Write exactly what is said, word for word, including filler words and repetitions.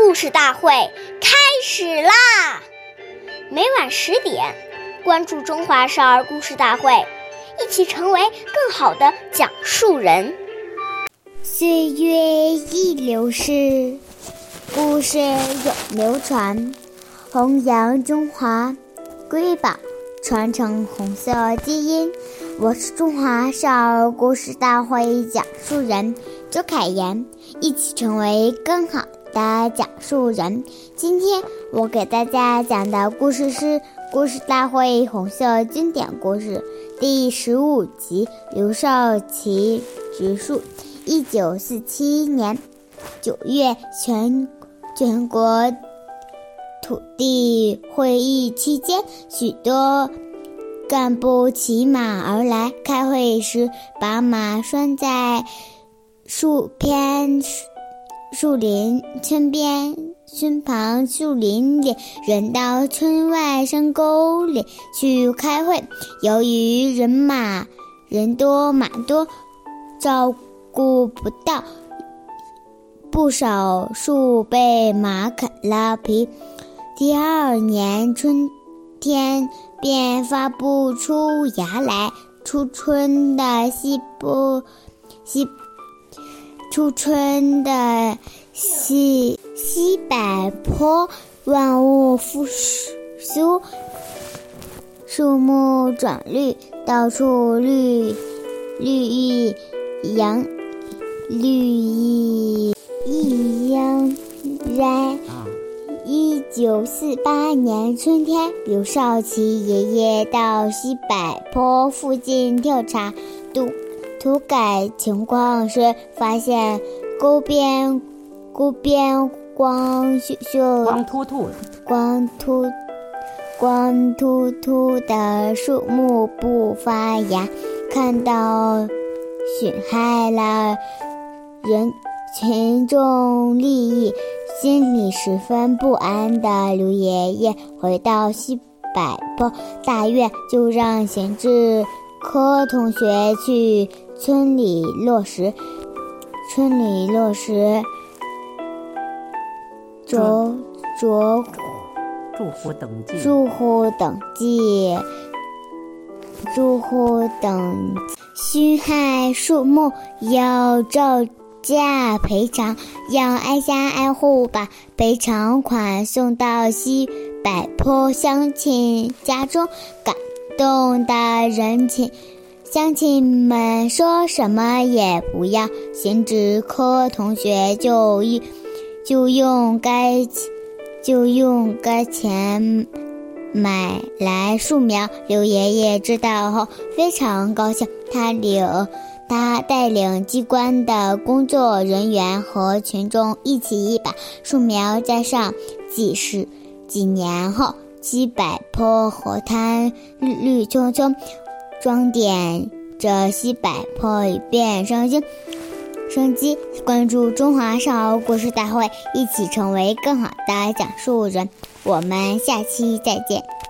故事大会开始啦！每晚十点，关注中华少儿故事大会，一起成为更好的讲述人。 岁月易流逝，故事永流传，弘扬中华瑰宝，传承红色基因。我是中华少儿故事大会讲述人周凯言，一起成为更好的讲述人。今天我给大家讲的故事是故事大会红色经典故事第十五集，刘少奇植树。一九四七年九月，全全国土地会议期间，许多干部骑马而来，开会时把马拴在树边树林村边村旁树林里，人到村外山沟里去开会。由于人马人多马多，照顾不到，不少树被马啃了皮。第二年春天便发不出芽来。初春的西部西初春的西西柏坡，万物复苏，树木转绿，到处绿绿意洋绿意意洋然。一九四八年春天，刘少奇爷爷到西柏坡附近调查土土改情况时，发现沟边沟边光秀秀光秃秃光秃光秃秃的树木不发芽，看到损害了人群众利益，心里十分不安的刘爷爷回到西柏坡大院，就让邢志科同学去村里落实村里落实着着住户登记住户登记住户等侵害树木要照价赔偿，要挨家挨户把赔偿款送到西柏坡乡亲家中。感动的人情乡亲们说什么也不要，邢志科同学就就用该就用该钱买来树苗。刘爷爷知道后非常高兴，他领他带领机关的工作人员和群众一起把树苗栽上。几十几年后，西柏坡河滩绿绿葱葱，装点着西柏坡一变生机生机。关注中华少儿故事大会，一起成为更好的讲述人。我们下期再见。